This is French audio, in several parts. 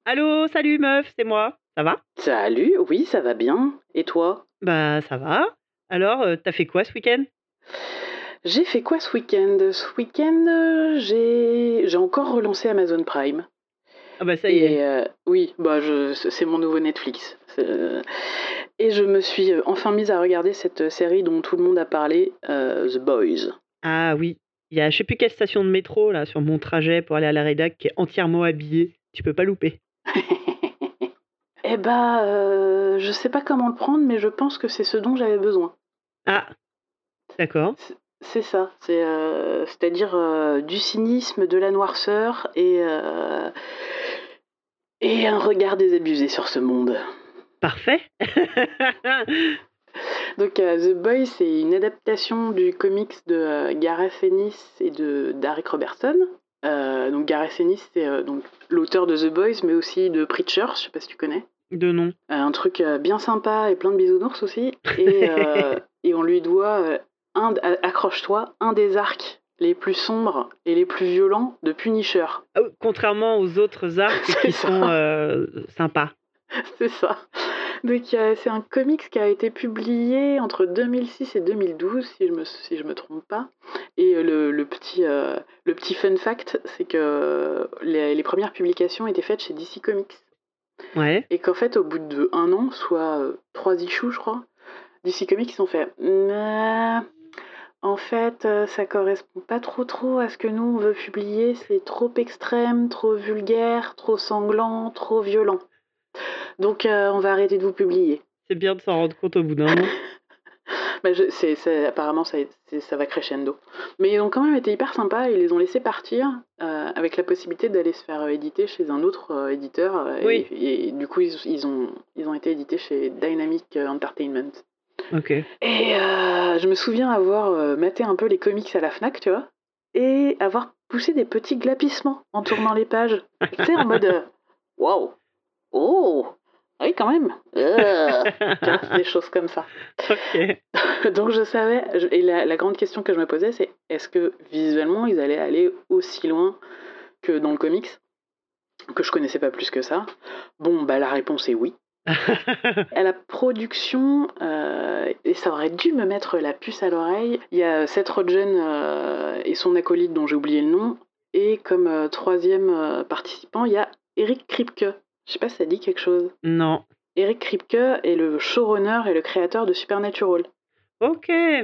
Allô, salut meuf, c'est moi. Ça va? Salut, oui, ça va bien. Et toi? Bah ça va. Alors, tu fait quoi ce week-end? J'ai fait quoi ce week-end? Ce week-end, j'ai encore relancé Amazon Prime. Ah bah ça y est. Et oui, bah c'est mon nouveau Netflix. Et je me suis enfin mise à regarder cette série dont tout le monde a parlé, The Boys. Ah oui, il y a je sais plus quelle station de métro là sur mon trajet pour aller à la rédac qui est entièrement habillée. Tu peux pas louper. Eh bah, je sais pas comment le prendre, mais je pense que c'est ce dont j'avais besoin. Ah, d'accord. C'est ça, c'est-à-dire du cynisme, de la noirceur et un regard désabusé sur ce monde. Parfait. Donc The Boys, c'est une adaptation du comics de Gareth Ennis et de Derek Robertson. Donc Gareth Ennis, c'est donc l'auteur de The Boys, mais aussi de Preacher, je sais pas si tu connais. De nom. Un truc bien sympa et plein de bisounours aussi. Et on lui doit, accroche-toi, un des arcs les plus sombres et les plus violents de Punisher. Ah oui, contrairement aux autres arcs C'est qui ça. sont sympas. C'est ça. Donc c'est un comics qui a été publié entre 2006 et 2012, si je me trompe pas. Et le petit fun fact, c'est que les premières publications étaient faites chez DC Comics. Ouais. Et qu'en fait, au bout de 1 an, soit 3 issues, je crois, DC Comics, ils ont fait nah, en fait, ça correspond pas trop à ce que nous on veut publier, c'est trop extrême, trop vulgaire, trop sanglant, trop violent. Donc on va arrêter de vous publier. C'est bien de s'en rendre compte au bout d'un moment. Bah, apparemment, ça va crescendo. Mais ils ont quand même été hyper sympas, ils les ont laissés partir avec la possibilité d'aller se faire éditer chez un autre éditeur. Oui. Et du coup, ils ont été édités chez Dynamic Entertainment. Ok. Et je me souviens avoir maté un peu les comics à la Fnac, tu vois, et avoir poussé des petits glapissements en tournant les pages. Tu sais, en mode waouh, oh, oui, quand même. Tu vois, des choses comme ça. Ok. Donc je savais, et la grande question que je me posais, c'est est-ce que visuellement ils allaient aller aussi loin que dans le comics, que je connaissais pas plus que ça? Bon, bah la réponse est oui. À la production, et ça aurait dû me mettre la puce à l'oreille, il y a Seth Rogen et son acolyte dont j'ai oublié le nom, et comme troisième participant, il y a Eric Kripke. Je sais pas si ça dit quelque chose. Non. Eric Kripke est le showrunner et le créateur de Supernatural. Ok.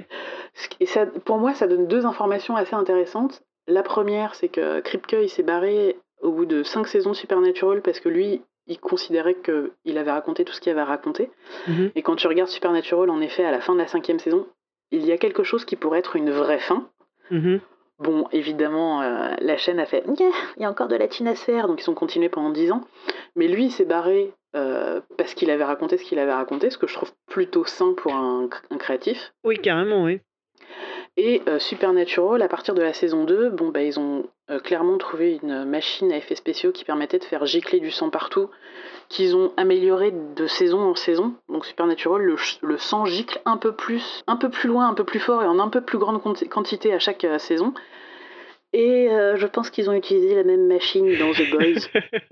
Et ça, pour moi, ça donne 2 informations assez intéressantes. La première, c'est que Kripke, il s'est barré au bout de 5 saisons de Supernatural parce que lui, il considérait qu'il avait raconté tout ce qu'il avait raconté. Mhm. Et quand tu regardes Supernatural, en effet, à la fin de la 5e saison, il y a quelque chose qui pourrait être une vraie fin. Mhm. Bon, évidemment, la chaîne a fait il y a encore de la thune à se faire, donc ils ont continué pendant 10 ans. Mais lui, il s'est barré parce qu'il avait raconté ce qu'il avait raconté, ce que je trouve plutôt sain pour un créatif. Oui, carrément, oui. Et Supernatural, à partir de la saison 2, bon, bah, ils ont clairement trouvé une machine à effets spéciaux qui permettait de faire gicler du sang partout, qu'ils ont amélioré de saison en saison. Donc Supernatural, le sang gicle un peu plus loin, un peu plus fort et en un peu plus grande quantité à chaque saison. Et je pense qu'ils ont utilisé la même machine dans The Boys.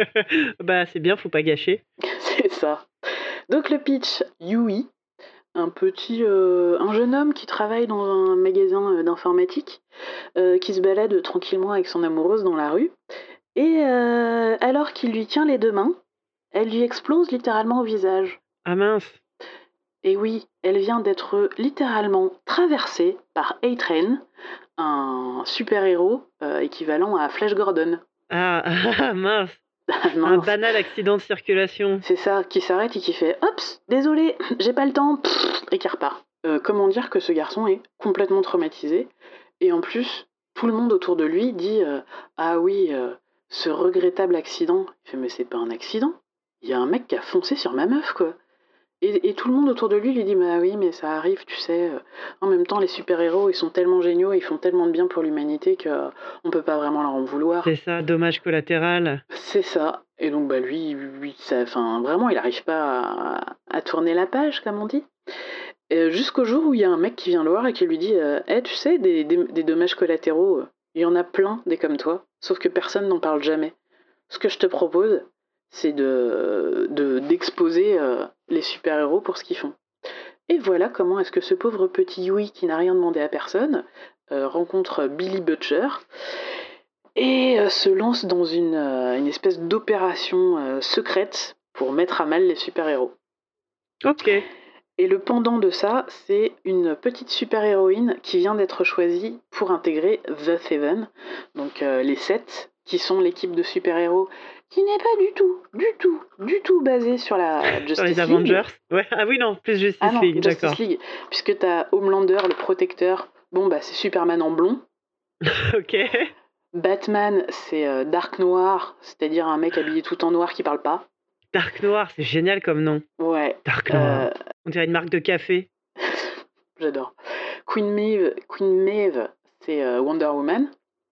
Bah c'est bien, faut pas gâcher. C'est ça. Donc le pitch, Yui, un jeune homme qui travaille dans un magasin d'informatique, qui se balade tranquillement avec son amoureuse dans la rue, et alors qu'il lui tient les 2 mains, elle lui explose littéralement au visage. Ah mince. Et oui, elle vient d'être littéralement traversée par A-Train, un super-héros équivalent à Flash Gordon. Ah, ah, mince. Un Mince. banal accident de circulation. C'est ça, qui s'arrête et qui fait Oups, désolé, j'ai pas le temps, et qui repart. Comment dire que ce garçon est complètement traumatisé, et en plus, tout le monde autour de lui dit Ah oui, ce regrettable accident. Il fait Mais c'est pas un accident, il y a un mec qui a foncé sur ma meuf, quoi. Et tout le monde autour de lui lui dit Bah oui, mais ça arrive, tu sais. En même temps, les super-héros, ils sont tellement géniaux, ils font tellement de bien pour l'humanité qu'on peut pas vraiment leur en vouloir. C'est ça, dommage collatéral. C'est ça. Et donc, bah lui vraiment, il arrive pas à tourner la page, comme on dit. Jusqu'au jour où il y a un mec qui vient le voir et qui lui dit tu sais, des dommages collatéraux, il y en a plein des comme toi, sauf que personne n'en parle jamais. Ce que je te propose, c'est d'exposer les super-héros pour ce qu'ils font. Et voilà comment est-ce que ce pauvre petit Yui qui n'a rien demandé à personne rencontre Billy Butcher et se lance dans une espèce d'opération secrète pour mettre à mal les super-héros. Ok. Et le pendant de ça, c'est une petite super-héroïne qui vient d'être choisie pour intégrer The Seven, donc les 7, qui sont l'équipe de super-héros qui n'est pas du tout basée sur la Sur Justice les League. Avengers. Ouais. Ah oui, non, plus Justice Ah non, League, Justice d'accord. League, puisque t'as Homelander, le protecteur, bon bah c'est Superman en blond. Ok. Batman, c'est Dark Noir, c'est-à-dire un mec habillé tout en noir qui parle pas. Dark Noir, c'est génial comme nom. Ouais. Dark Noir. On dirait une marque de café. J'adore. Queen Maeve, c'est Wonder Woman.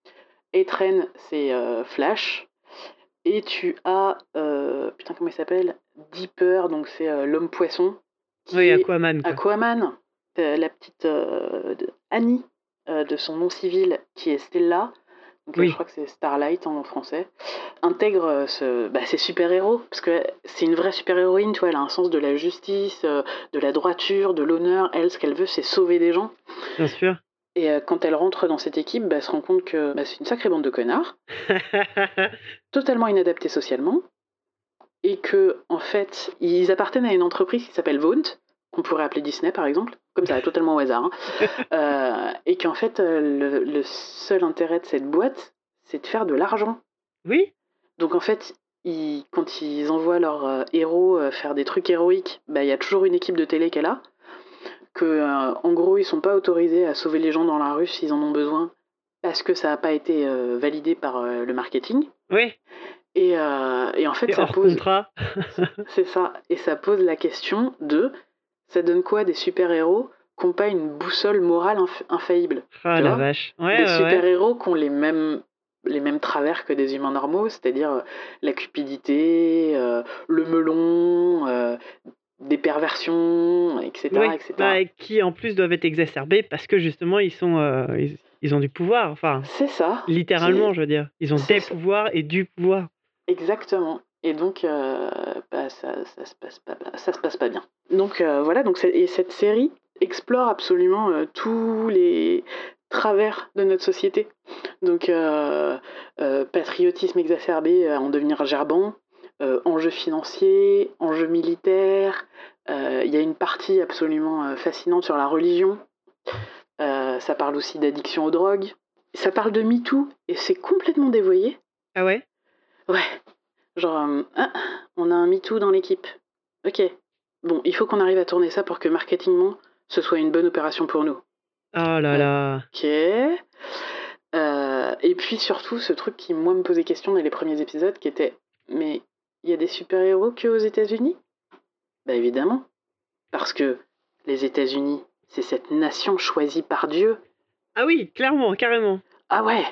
Etren, c'est Flash. Et tu as, putain, comment il s'appelle, Deeper, donc c'est l'homme poisson. Oui, Aquaman, quoi. Aquaman, la petite Annie, de son nom civil, qui est Stella. Donc Oui. je crois que c'est Starlight en français, intègre ces super-héros, parce que c'est une vraie super-héroïne, tu vois, elle a un sens de la justice, de la droiture, de l'honneur. Elle, ce qu'elle veut, c'est sauver des gens. Bien sûr. Et quand elle rentre dans cette équipe, elle se rend compte que c'est une sacrée bande de connards, totalement inadaptés socialement, et que, en fait, ils appartiennent à une entreprise qui s'appelle Vaunt, qu'on pourrait appeler Disney par exemple, comme ça, totalement au hasard, hein. Et qu'en fait, le seul intérêt de cette boîte, c'est de faire de l'argent. Oui. Donc en fait, quand ils envoient leurs héros faire des trucs héroïques, il y a toujours une équipe de télé qui est là, que en gros, ils sont pas autorisés à sauver les gens dans la rue s'ils en ont besoin, parce que ça n'a pas été validé par le marketing. Oui. Et en fait, C'est hors contrat. C'est ça. Et ça pose la question de, ça donne quoi des super-héros qui n'ont pas une boussole morale infaillible? Ah tu la vois, vache. Ouais, des ouais, ouais. super-héros qui ont les mêmes travers que des humains normaux, c'est-à-dire la cupidité, le melon, des perversions, etc. Oui. etc. Bah, qui en plus doivent être exacerbés parce que justement ils sont ils ont du pouvoir. Enfin, C'est ça. littéralement, je veux dire. Ils ont c'est des ça. pouvoirs et du pouvoir. Exactement. Et donc, ça se passe pas bien. Donc voilà, et cette série explore absolument tous les travers de notre société. Donc, patriotisme exacerbé à en devenir gerbant, enjeux financiers, enjeux militaires. Il y a une partie absolument fascinante sur la religion. Ça parle aussi d'addiction aux drogues. Ça parle de MeToo, et c'est complètement dévoyé. Ah ouais? Ouais. Genre, on a un MeToo dans l'équipe. Ok. Bon, il faut qu'on arrive à tourner ça pour que marketingement, ce soit une bonne opération pour nous. Oh là là. Ok. Et puis surtout, ce truc qui, moi, me posait question dans les premiers épisodes, qui était, mais il y a des super-héros que aux États-Unis? Bah évidemment. Parce que les États-Unis, c'est cette nation choisie par Dieu. Ah oui, clairement, carrément. Ah ouais.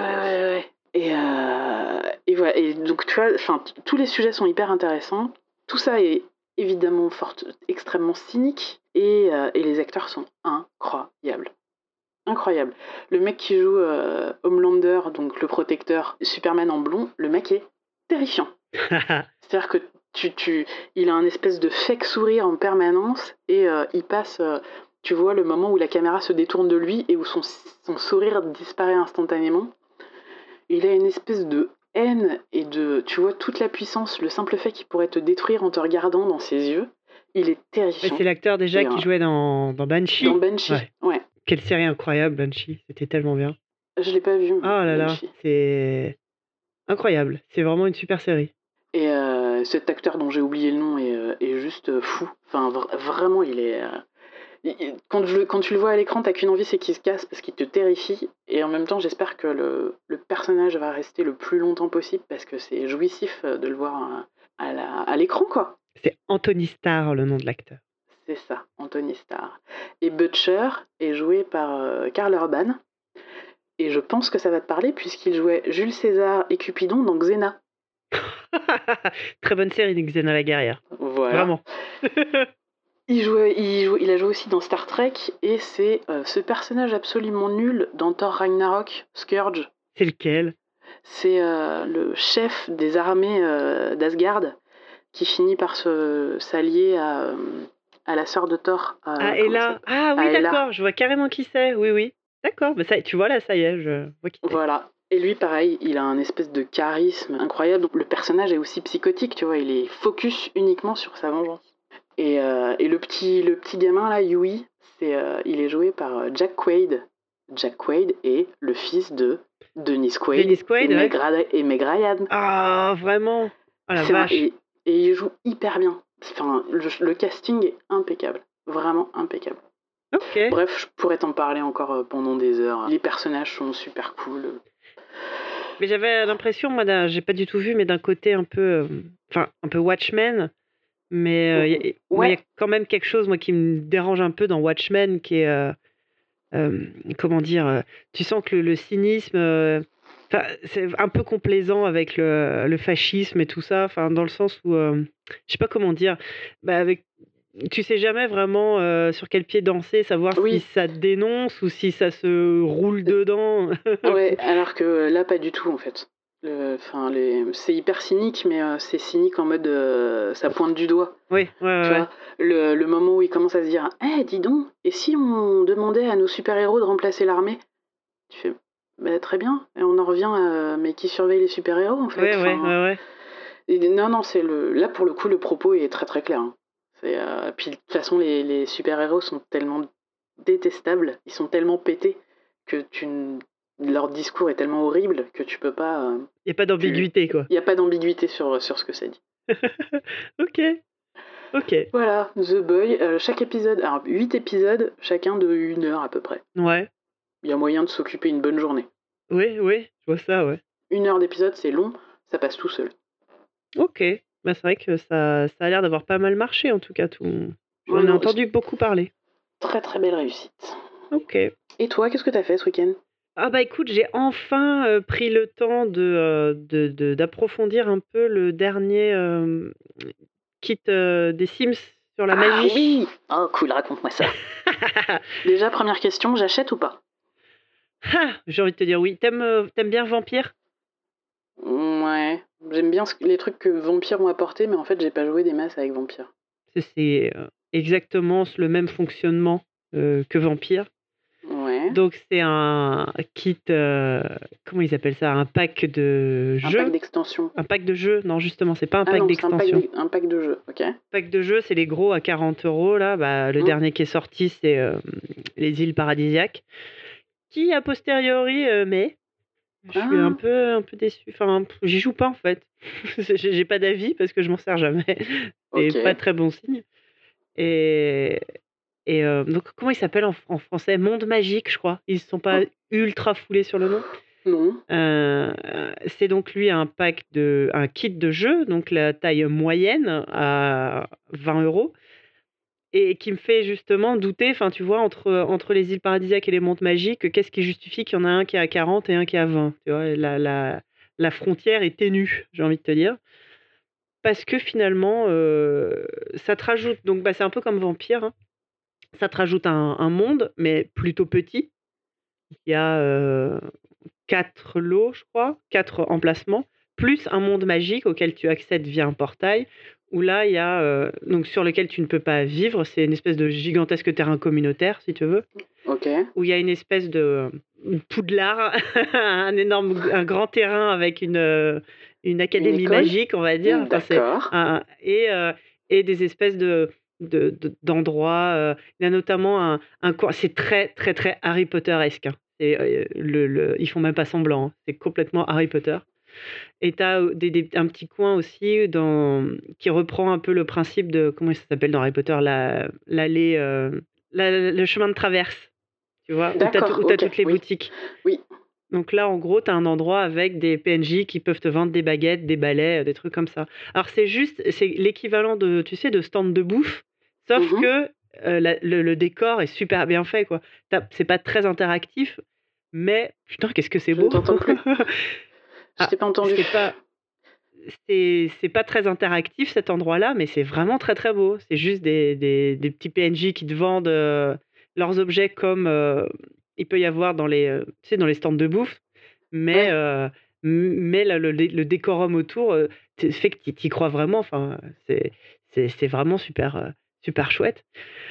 Et voilà. Et donc, tu vois, tous les sujets sont hyper intéressants. Tout ça est évidemment extrêmement cynique. Et les acteurs sont incroyables. Incroyable. Le mec qui joue Homelander, donc le protecteur, Superman en blond, le mec est terrifiant. C'est-à-dire que il a un espèce de fake sourire en permanence et il passe, tu vois, le moment où la caméra se détourne de lui et où son sourire disparaît instantanément. Il a une espèce de haine et tu vois, toute la puissance, le simple fait qu'il pourrait te détruire en te regardant dans ses yeux, il est terrifiant. C'est l'acteur déjà qui jouait dans Banshee. Dans Banshee, ouais. Quelle série incroyable, Banshee. C'était tellement bien. Je l'ai pas vu, Oh là là, Banshee. c'est incroyable. C'est vraiment une super série. Et cet acteur dont j'ai oublié le nom est juste fou. Enfin, vraiment, il est... Quand tu le vois à l'écran, t'as qu'une envie, c'est qu'il se casse parce qu'il te terrifie. Et en même temps, j'espère que le personnage va rester le plus longtemps possible parce que c'est jouissif de le voir à l'écran, quoi. C'est Anthony Starr, le nom de l'acteur. C'est ça, Anthony Starr. Et Butcher est joué par Karl Urban. Et je pense que ça va te parler puisqu'il jouait Jules César et Cupidon dans Xena. Très bonne série, Xena la guerrière. Voilà. Vraiment. Il a joué aussi dans Star Trek et c'est ce personnage absolument nul dans Thor Ragnarok, Scourge. C'est lequel? C'est le chef des armées d'Asgard qui finit par s'allier à la sœur de Thor. Ah, Comment elle Ella. s'appelle Ah À oui, Hela. d'accord, je vois carrément qui c'est. Oui, oui. D'accord, bah ça, tu vois là, ça y est, je vois qui c'est. Voilà. Et lui, pareil, il a un espèce de charisme incroyable. Donc, le personnage est aussi psychotique, tu vois. Il est focus uniquement sur sa vengeance. Et le petit gamin là, Yui, il est joué par Jack Quaid. Jack Quaid est le fils de Dennis Quaid Dennis Quaid, et ouais. Meg Ryan. Ah, vraiment. Oh la C'est vache. et il joue hyper bien. Enfin, le casting est impeccable. Vraiment impeccable. Ok. Bref, je pourrais t'en parler encore pendant des heures. Les personnages sont super cool. Mais j'avais l'impression, moi, j'ai pas du tout vu, mais d'un côté un peu, enfin, un peu Watchmen. Mais moi, il y a Ouais, quand même quelque chose, moi, qui me dérange un peu dans Watchmen, qui est, comment dire, tu sens que le cynisme, enfin, c'est un peu complaisant avec le fascisme et tout ça, enfin, dans le sens où, je sais pas comment dire, bah, avec, tu sais jamais vraiment sur quel pied danser, savoir si oui. ça dénonce ou si ça se roule dedans. Ouais, alors que là, pas du tout en fait. C'est hyper cynique, mais c'est cynique en mode ça pointe du doigt. Oui, ouais, Tu ouais. vois, le moment où il commence à se dire dis donc, et si on demandait à nos super-héros de remplacer l'armée? Tu fais bah, très bien, et on en revient à mais qui surveille les super-héros en fait. Ouais, ouais, ouais, ouais. Non, là pour le coup, le propos est très très clair. Hein. Puis de toute façon, les super-héros sont tellement détestables, ils sont tellement pétés que leur discours est tellement horrible que tu peux pas. Il n'y a pas d'ambiguïté, quoi. Il n'y a pas d'ambiguïté sur ce que ça dit. Ok, ok. Voilà, The Boy, chaque épisode, alors 8 épisodes, chacun de 1 heure à peu près. Ouais. Il y a moyen de s'occuper une bonne journée. Oui, oui, je vois ça, ouais. 1 heure d'épisode, c'est long, ça passe tout seul. Ok. Bah, c'est vrai que ça a l'air d'avoir pas mal marché, en tout cas. J'en Ouais, ai non, entendu beaucoup parler. très très belle réussite. Ok. Et toi, qu'est-ce que t'as fait ce week-end? Ah bah écoute, j'ai enfin pris le temps d'approfondir un peu le dernier kit des Sims sur la magie. Oui. Oh cool, raconte-moi ça. Déjà, première question, j'achète ou pas? Ah, j'ai envie de te dire oui. T'aimes bien Vampire? Ouais, j'aime bien les trucs que Vampire ont apporté, mais en fait, j'ai pas joué des masses avec Vampire. C'est exactement le même fonctionnement que Vampire. Ouais. Donc c'est un kit, comment ils appellent ça? Un pack de Un jeux? pack d'extension. Un pack de jeux? Non, justement, c'est pas un Ah pack non, c'est d'extension. un pack de jeux, ok. Pack de jeux, c'est les gros à 40 € là. Bah, le dernier qui est sorti, c'est les îles paradisiaques. Qui, a posteriori, mais je suis un peu déçue. Enfin, j'y joue pas en fait. J'ai pas d'avis parce que je m'en sers jamais. C'est pas Ok. très bon signe. Et, donc, comment il s'appelle en français? Monde Magique, je crois. Ils se sont pas ultra foulés sur le nom. Non. C'est donc lui un kit de jeu, donc la taille moyenne à 20 € et qui me fait justement douter, enfin tu vois, entre les îles paradisiaques et les mondes magiques, qu'est-ce qui justifie qu'il y en a un qui est à 40 et un qui est à 20, tu vois? La frontière est ténue, j'ai envie de te dire. Parce que finalement, ça te rajoute donc bah, c'est un peu comme Vampire, hein, ça te rajoute un monde, mais plutôt petit. Il y a, 4 lots, je crois, 4 emplacements, plus un monde magique auquel tu accèdes via un portail, où là, il y a, donc sur lequel tu ne peux pas vivre. C'est une espèce de gigantesque terrain communautaire, si tu veux, Ok. où il y a une espèce de Poudlard, un grand terrain avec une académie école? magique, on va dire. Enfin, c'est D'accord. et des espèces d'endroits, il y a notamment un coin, c'est très, très, très Harry Potter-esque, hein. C'est, ils font même pas semblant, hein, c'est complètement Harry Potter et tu as, un petit coin aussi qui reprend un peu le principe de comment ça s'appelle dans Harry Potter? L'allée, le chemin de traverse, tu vois? D'accord, Où tu ok. toutes les Oui. boutiques. Oui. Donc là, en gros, tu as un endroit avec des PNJ qui peuvent te vendre des baguettes, des balais, des trucs comme ça. Alors c'est l'équivalent de, tu sais, de stand de bouffe, sauf Mhm. que, le décor est super bien fait, quoi. C'est pas très interactif, mais putain, qu'est-ce que c'est Je ne beau! t'entends plus. Je Ah, t'ai pas entendu. c'est pas très interactif cet endroit-là, mais c'est vraiment très, très beau. C'est juste des petits PNJ qui te vendent, leurs objets comme, il peut y avoir dans les, tu sais, dans les stands de bouffe, mais Ouais. mais le décorum autour fait que tu y crois vraiment. Enfin, c'est vraiment super, super chouette.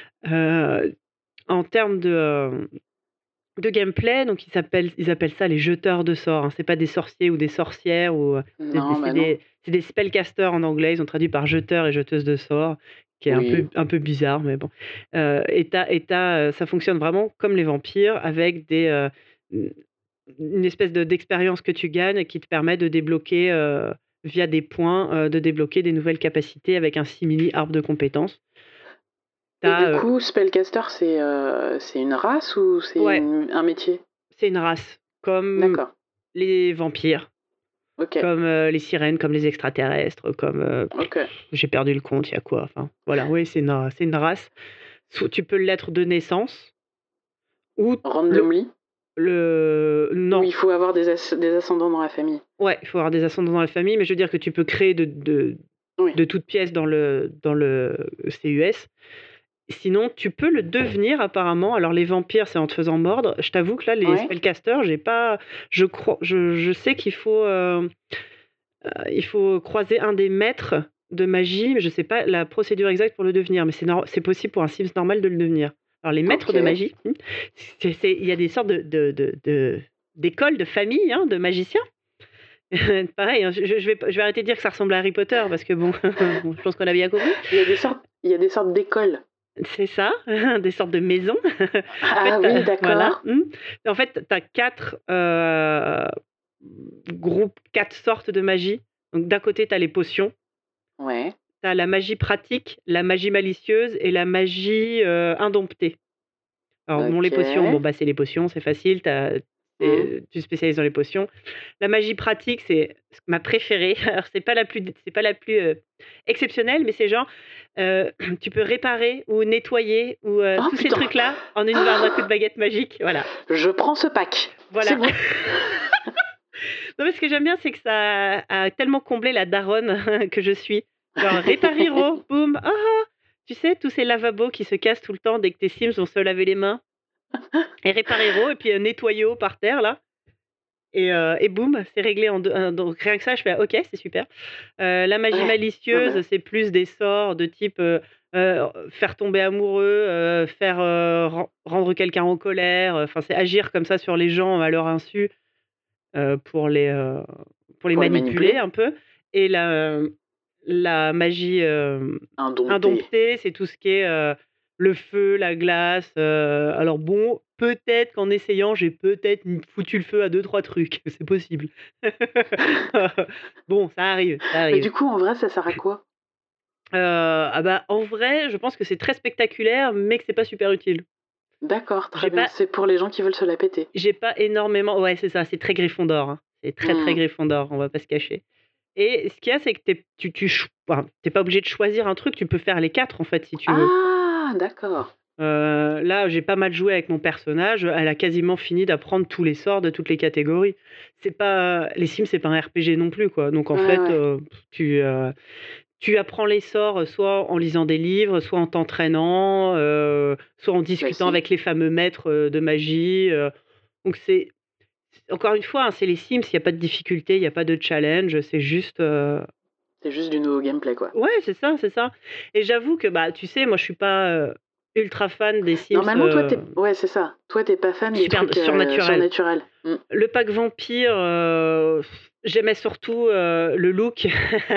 En termes de gameplay, donc ils appellent ça les jeteurs de sorts, hein. C'est pas des sorciers ou des sorcières ou, Non, bah non. c'est des spellcasters en anglais. Ils ont traduit par jeteurs et jeteuses de sorts, qui est Oui. un peu bizarre, mais bon. Ça fonctionne vraiment comme les vampires avec mmh, une espèce d'expérience que tu gagnes qui te permet de débloquer, via des points, de débloquer des nouvelles capacités avec un simili arbre de compétences. Tu Et du as, coup, spellcaster, c'est une race ou c'est ouais, un métier? c'est une race, comme D'accord, les vampires. OK, Comme, les sirènes, comme les extraterrestres, comme, OK. j'ai perdu le compte, il y a quoi? Enfin, voilà, oui, c'est une race. Soit tu peux l'être de naissance ou le Randomly? Ou non, il faut avoir des ascendants dans la famille? ouais, il faut avoir des ascendants dans la famille, mais je veux dire que tu peux créer Oui, de toutes pièces dans le CUS. Sinon, tu peux le devenir apparemment. Alors les vampires, c'est en te faisant mordre. Je t'avoue que là, les ouais. spellcasters, j'ai pas je sais il faut croiser un des maîtres de magie, mais je sais pas la procédure exacte pour le devenir, mais c'est possible pour un Sims normal de le devenir. Alors les maîtres de OK. magie, il y a des sortes d'écoles, de familles, hein, de magiciens. Pareil, hein, je vais arrêter de dire que ça ressemble à Harry Potter parce que bon, bon, je pense qu'on a bien compris. Il y a des sortes d'écoles. C'est ça, des sortes de maisons. En fait, Ah oui, voilà, d'accord. En fait, tu as 4, groupes, 4 sortes de magie. Donc d'un côté, tu as les potions. Ouais, Tu as la magie pratique, la magie malicieuse et la magie, indomptée. Alors bon, les potions, bon, OK. bah, c'est les potions, c'est facile, Mmh. tu spécialises dans les potions. La magie pratique, c'est ma préférée. Alors c'est pas la plus, exceptionnelle, mais c'est genre, tu peux réparer ou nettoyer ou, Oh tous ces putain! trucs-là en un coup de Ah, baguette magique, voilà. je prends ce pack. C'est Voilà. bon. Non, mais ce que j'aime bien, c'est que ça a tellement comblé la daronne que je suis. Genre Répariro, boum, ah ah! Tu sais, tous ces lavabos qui se cassent tout le temps dès que tes Sims vont se laver les mains et Répariro et puis, nettoyau par terre là et boum, c'est réglé en donc rien que ça, je fais: «OK, c'est super». La magie Ouais. Non, malicieuse, mais c'est plus des sorts de type, faire tomber amoureux, faire, rendre quelqu'un en colère, enfin, c'est agir comme ça sur les gens à leur insu, heu, pour les, heu, pour les pour les manipuler manipuler, un peu et la magie, indompté. indomptée, c'est tout ce qui est, le feu, la glace, alors bon, peut-être qu'en essayant, j'ai peut-être foutu le feu à deux trois trucs, c'est possible. Bon, ça arrive, ça Mais arrive. du coup, en vrai, ça sert à quoi? Ah bah, en vrai, je pense que c'est très spectaculaire, mais que c'est pas super utile. D'accord, très J'ai bien. pas C'est pour les gens qui veulent se la péter. j'ai pas énormément ouais, c'est ça, c'est très Gryffondor, hein. C'est très, très Mmh. Gryffondor, on va pas se cacher et ce qu'il y a, c'est que tu pas obligé de choisir un truc, tu peux faire les 4 en fait, si tu veux. Ah! D'accord. Là, j'ai pas mal joué avec mon personnage, elle a quasiment fini d'apprendre tous les sorts de toutes les catégories. C'est pas les Sims, c'est pas un RPG non plus, quoi, donc en Ouais, fait, ouais. tu, tu apprends les sorts, soit en lisant des livres, soit en t'entraînant, soit en discutant avec Classique. les fameux maîtres, de magie, donc encore une fois, hein, c'est les Sims, il y a pas de difficulté, il y a pas de challenge, c'est juste, C'est juste du nouveau gameplay, quoi. ouais, c'est ça et j'avoue que, bah, tu sais, moi, je suis pas, ultra fan des Sims, Normalement, toi, t'es ouais, c'est ça. Toi, t'es pas fan des super trucs, surnaturels. surnaturels. Mmh. Le pack vampire, j'aimais surtout, le look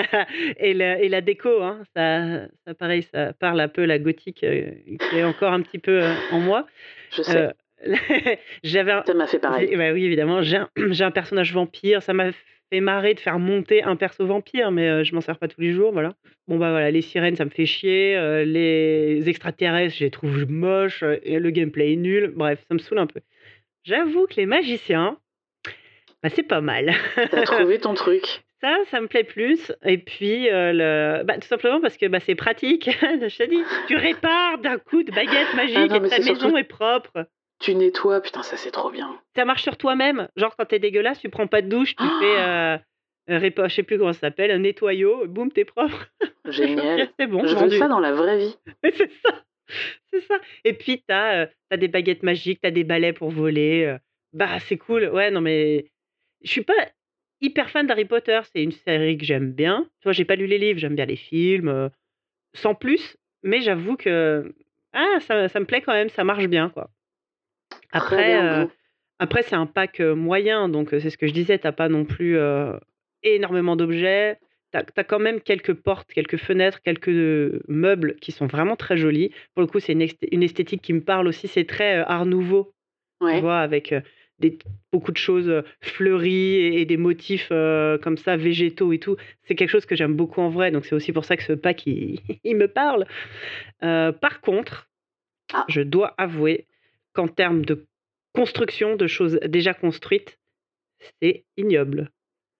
et la déco, hein. Ça pareil, ça parle un peu la gothique, qui est encore un petit peu, en moi. Je sais. Heu, j'avais un Ça m'a fait pareil. bah, oui, évidemment, j'ai un personnage vampire, ça m'a fait marrer de faire monter un perso vampire, mais je m'en sers pas tous les jours, voilà. Bon, bah, voilà, les sirènes, ça me fait chier, les extraterrestres, je les trouve moches, et le gameplay est nul. Bref, ça me saoule un peu. J'avoue que les magiciens, bah, c'est pas mal. Tu as trouvé ton truc. Ça me plaît plus et puis, tout simplement parce que, bah, c'est pratique. Je te dis, tu répares d'un coup de baguette Ah magique non, et mais ta c'est surtout, maison est propre. tu nettoies, putain, ça, c'est trop bien. Ça marche sur toi-même. Genre quand tu es dégueulasse, tu prends pas de douche, tu fais, Ah, je sais plus comment ça s'appelle, un nettoyau, boum, tu es propre. OK, génial. c'est bon, Je veux ça vendu. dans la vraie vie. C'est ça, c'est ça et puis tu as des baguettes magiques, tu as des balais pour voler, bah, c'est cool. Ouais, non mais je suis pas hyper fan d'Harry Potter, c'est une série que j'aime bien. Tu vois, j'ai pas lu les livres, j'aime bien les films, sans plus, mais j'avoue que, ça me plaît quand même, ça marche bien, quoi. Très Après, bien, bon. après c'est un pack, moyen, donc c'est ce que je disais, tu pas non plus, énormément d'objets. Tu as quand même quelques portes, quelques fenêtres, quelques, meubles qui sont vraiment très jolis. Pour le coup, c'est une esthétique qui me parle aussi, c'est très, art nouveau, tu Ouais. vois? Avec, des beaucoup de choses, fleuries et des motifs, comme ça, végétaux et tout. C'est quelque chose que j'aime beaucoup en vrai, donc c'est aussi pour ça que ce pack il il me parle. Par contre, Ah, je dois avouer qu'en termes de construction de choses déjà construites, c'est ignoble.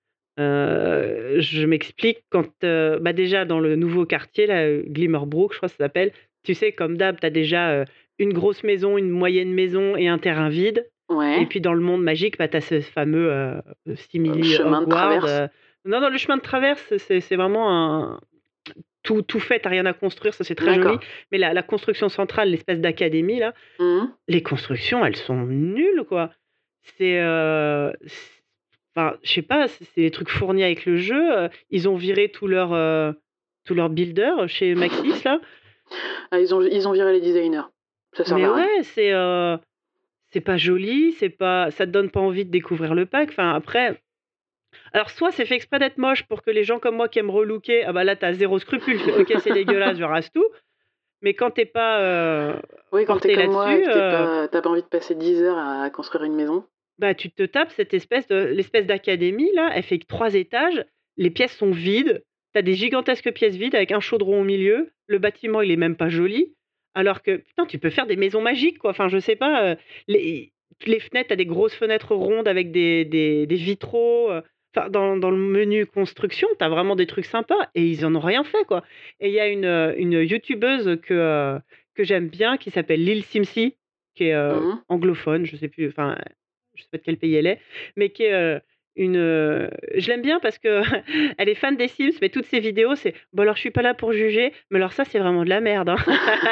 Je m'explique, quand, bah, déjà dans le nouveau quartier là, Glimmerbrook, je crois que ça s'appelle, tu sais, comme d'hab, tu as déjà, une grosse maison, une moyenne maison et un terrain vide. Et ouais. puis dans le monde magique, bah, tu as ce fameux, simili Chemin de Hogwarts, traverse. non, non, le chemin de traverse, c'est vraiment un tout fait, tu rien à construire, ça c'est très joli. D'accord. Mais la construction centrale, l'espèce d'académie là, Mmh. les constructions, elles sont nulles, quoi. C'est, enfin, je sais pas, c'est des trucs fournis avec le jeu, ils ont viré tous leurs builders chez Maxis là. Ah, ils ont viré les designers. Ça servait Mais à rien. ouais, c'est pas joli, c'est pas ça te donne pas envie de découvrir le pack. Enfin après, alors soit c'est fait exprès d'être moche pour que les gens comme moi qui aiment relooker, ah bah là tu as 0 scrupule, tu fais: «OK, c'est dégueulasse, je rase tout». Mais quand tu es pas, Oui, quand t'es porté comme moi et là-dessus, que t'as pas envie de passer 10 heures à construire une maison. bah, tu te tapes cette l'espèce d'académie là, elle fait que 3 étages, les pièces sont vides, tu as des gigantesques pièces vides avec un chaudron au milieu, le bâtiment il est même pas joli, alors que putain tu peux faire des maisons magiques quoi, enfin je sais pas, les fenêtres, tu as des grosses fenêtres rondes avec des vitraux, enfin dans le menu construction, tu as vraiment des trucs sympas et ils en ont rien fait quoi. Et il y a une youtubeuse que j'aime bien qui s'appelle Lil Simsi, qui est, Mmh. anglophone, je sais plus, enfin je sais pas de quel pays elle est, mais qui est, je l'aime bien parce que elle est fan des Sims, mais toutes ses vidéos, c'est: «Bon alors je suis pas là pour juger, mais alors ça c'est vraiment de la merde, hein».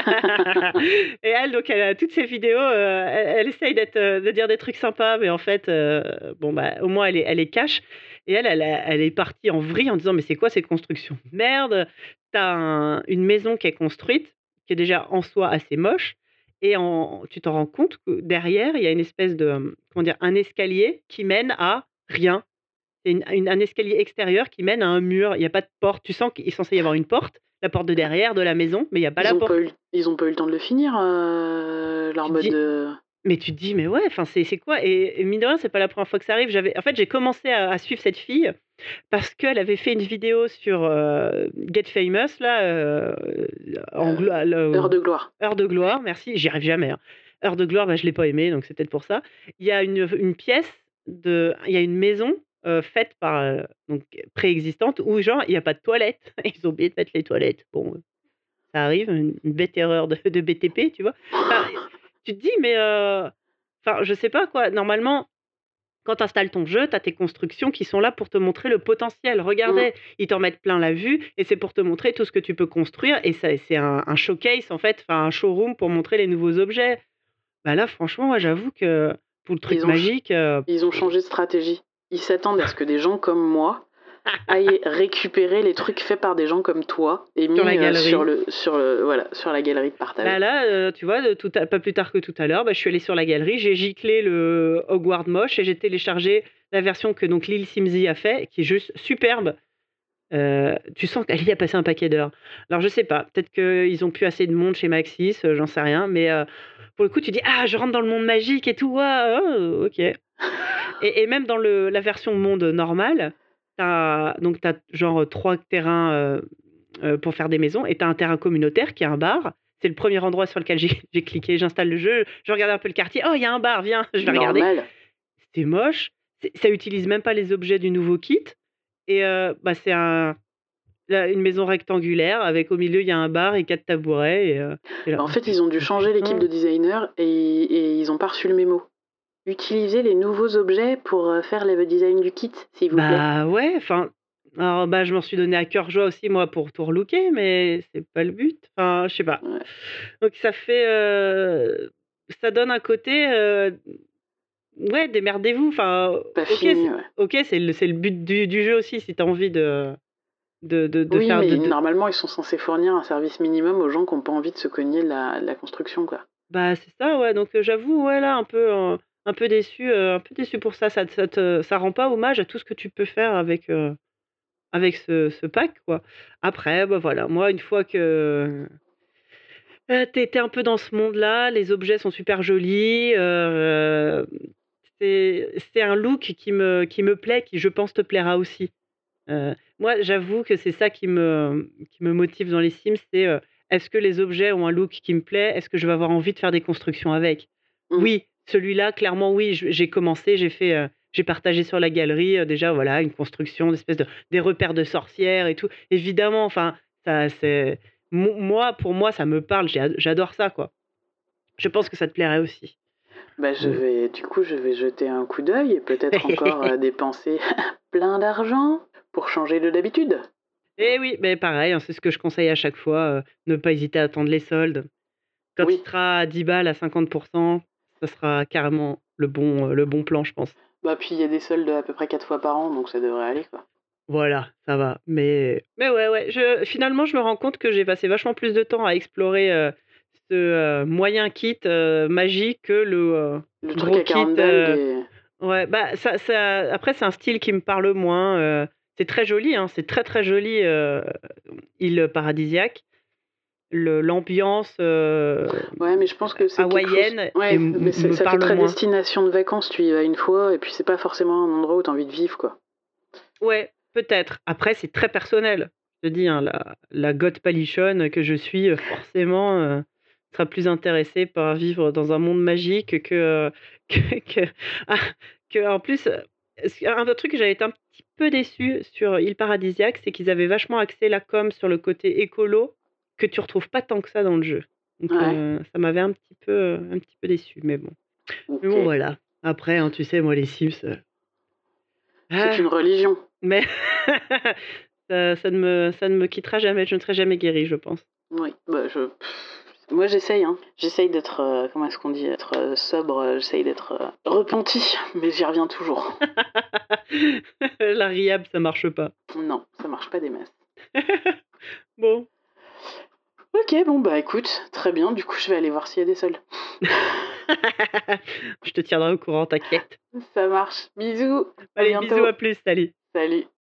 Et elle, donc elle a toutes ses vidéos, elle essaye de dire des trucs sympas, mais en fait, bon, bah, au moins elle est cash. Et elle est partie en vrille en disant: «Mais c'est quoi ces constructions de merde?» Tu as une maison qui est construite, qui est déjà en soi assez moche, et tu t'en rends compte que derrière, il y a une espèce de, comment dire? Un escalier qui mène à rien. C'est un escalier extérieur qui mène à un mur. Il y a pas de porte. Tu sens qu'il est censé y avoir une porte, la porte de derrière de la maison, mais il y a pas Ils la ont pas porte. eu ils ont pas eu le temps de le finir, leur Tu te mode dis de mais tu te dis: «Mais ouais, enfin, c'est quoi?» Et mine de rien, c'est pas la première fois que ça arrive. En fait, j'ai commencé à suivre cette fille parce qu'elle avait fait une vidéo sur, Get Famous là, en heu, glo le heure de gloire. Heure de gloire, merci, j'y arrive jamais, hein. Heure de gloire, bah, je l'ai pas aimé, donc c'est peut-être pour ça. Il y a il y a une maison, faite par, donc préexistante où genre il y a pas de toilettes. Ils ont oublié de mettre les toilettes. Bon, ça arrive, une bête erreur de BTP, tu vois? Enfin, tu te dis mais, enfin, je sais pas quoi, normalement quand tu installes ton jeu, tu as tes constructions qui sont là pour te montrer le potentiel. Mmh. Regardez, ils t'en mettent plein la vue et c'est pour te montrer tout ce que tu peux construire, et ça c'est un showcase en fait, enfin un showroom pour montrer les nouveaux objets. Bah là franchement, moi j'avoue que pour le truc Ils ont ch magique, ils ont changé de stratégie. Ils s'attendent à ce que des gens comme moi aillent récupérer les trucs faits par des gens comme toi et sur la mis, galerie. voilà, sur la galerie de partage. Bah là, tu vois, pas plus tard que tout à l'heure, bah, je suis allée sur la galerie, j'ai giclé le Hogwarts moche et j'ai téléchargé la version que donc Lil Simsy a fait, qui est juste superbe. Tu sens qu'elle y a passé un paquet d'heures. Alors je sais pas, peut-être qu'ils ont plus assez de monde chez Maxis, j'en sais rien, mais pour le coup, tu dis: «Ah, je rentre dans le monde magique et tout, waouh, oh, OK». Et même dans la version monde normal, tu as genre, 3 terrains, pour faire des maisons, et tu as un terrain communautaire qui est un bar. C'est le premier endroit sur lequel j'ai cliqué, j'installe le jeu, je regarde un peu le quartier: «Oh, il y a un bar, viens, je vais regarder». Normal. C'était moche, ça utilise même pas les objets du nouveau kit, et bah, c'est une maison rectangulaire avec au milieu, il y a un bar et 4 tabourets, et tu là: Bah, en «Oh fait, ils ont dû changer l'équipe putain». de designers et ils ont pas reçu le mémo. Utilisez les nouveaux objets pour, faire le design du kit, s'il vous plaît. Bah, ouais, enfin, alors, bah, je m'en suis donné à cœur joie aussi moi pour tout relooker, mais c'est pas le but. Enfin, je sais pas. Ouais. Donc ça donne un côté, ouais, démerdez-vous. Enfin, Pas ok, fini, ouais. ok, c'est le but du jeu aussi, si tu as envie de Oui, faire mais normalement, ils sont censés fournir un service minimum aux gens qui n'ont pas envie de se cogner de la construction, quoi. Bah, c'est ça, ouais, donc j'avoue, ouais, là, un peu déçu pour ça. Ça rend pas hommage à tout ce que tu peux faire avec ce pack, quoi. Après, bah, voilà, moi, une fois que, tu un peu dans ce monde-là, les objets sont super jolis, c'est un look qui me plaît, qui, je pense, te plaira aussi. Moi, j'avoue que c'est ça qui me motive dans les Sims, c'est, est-ce que les objets ont un look qui me plaît? Est-ce que je vais avoir envie de faire des constructions avec? Mmh. Oui, celui-là, clairement, oui, j'ai commencé, j'ai partagé sur la galerie, déjà, voilà, une construction, d'espèce de des repères de sorcières et tout. Évidemment, enfin, ça c'est pour moi, ça me parle, j'adore ça, quoi. Je pense que ça te plairait aussi. Bah, Donc je vais jeter un coup d'œil et peut-être encore dépenser plein d'argent pour changer de d'habitude. et oui, mais pareil, hein, c'est ce que je conseille à chaque fois, ne pas hésiter à attendre les soldes. Quand il Oui, sera à 10 balles, à 50, ça sera carrément le bon plan, je pense. bah puis il y a des soldes à peu près 4 fois par an, donc ça devrait aller, quoi. Voilà, ça va. Mais ouais, ouais, finalement, je me rends compte que j'ai passé vachement plus de temps à explorer, moyen kit, magique que Le truc gros à kit, 40 balles des... ouais, bah, ça après, c'est un style qui me parle moins, c'est très joli, hein, c'est très, très joli, île paradisiaque. L'ambiance, Ouais, mais je pense que c'est quelque chose... hawaïenne Ouais, mais me ça fait parle très moins. destination de vacances, tu y vas une fois, et puis c'est pas forcément un endroit où t'as envie de vivre, quoi. Ouais, peut-être. Après, c'est très personnel. Je te dis, hein, la goth palichonne que je suis, forcément, sera plus intéressée par vivre dans un monde magique que ah, en plus, un autre truc que j'avais été un petit peu déçue sur Île Paradisiaque, c'est qu'ils avaient vachement axé la com sur le côté écolo, que tu retrouves pas tant que ça dans le jeu. Donc, Ouais, ça m'avait un petit peu déçue, mais bon. Mais ok. bon, voilà. Après, hein, tu sais, moi, les Sims, C'est une ah, religion. mais ça ne me quittera jamais, je ne serai jamais guérie, je pense. Oui, bah moi j'essaye, hein. J'essaye d'être, comment est-ce qu'on dit, être sobre, j'essaye d'être repenti, mais j'y reviens toujours. La riab, ça marche pas. Non, ça marche pas des masses. Bon, Ok, bon bah écoute, très bien, du coup je vais aller voir s'il y a des soldes. je te tiendrai au courant, t'inquiète. Ça marche. Bisous, à Allez, bisous, bientôt. à plus, salut. Salut.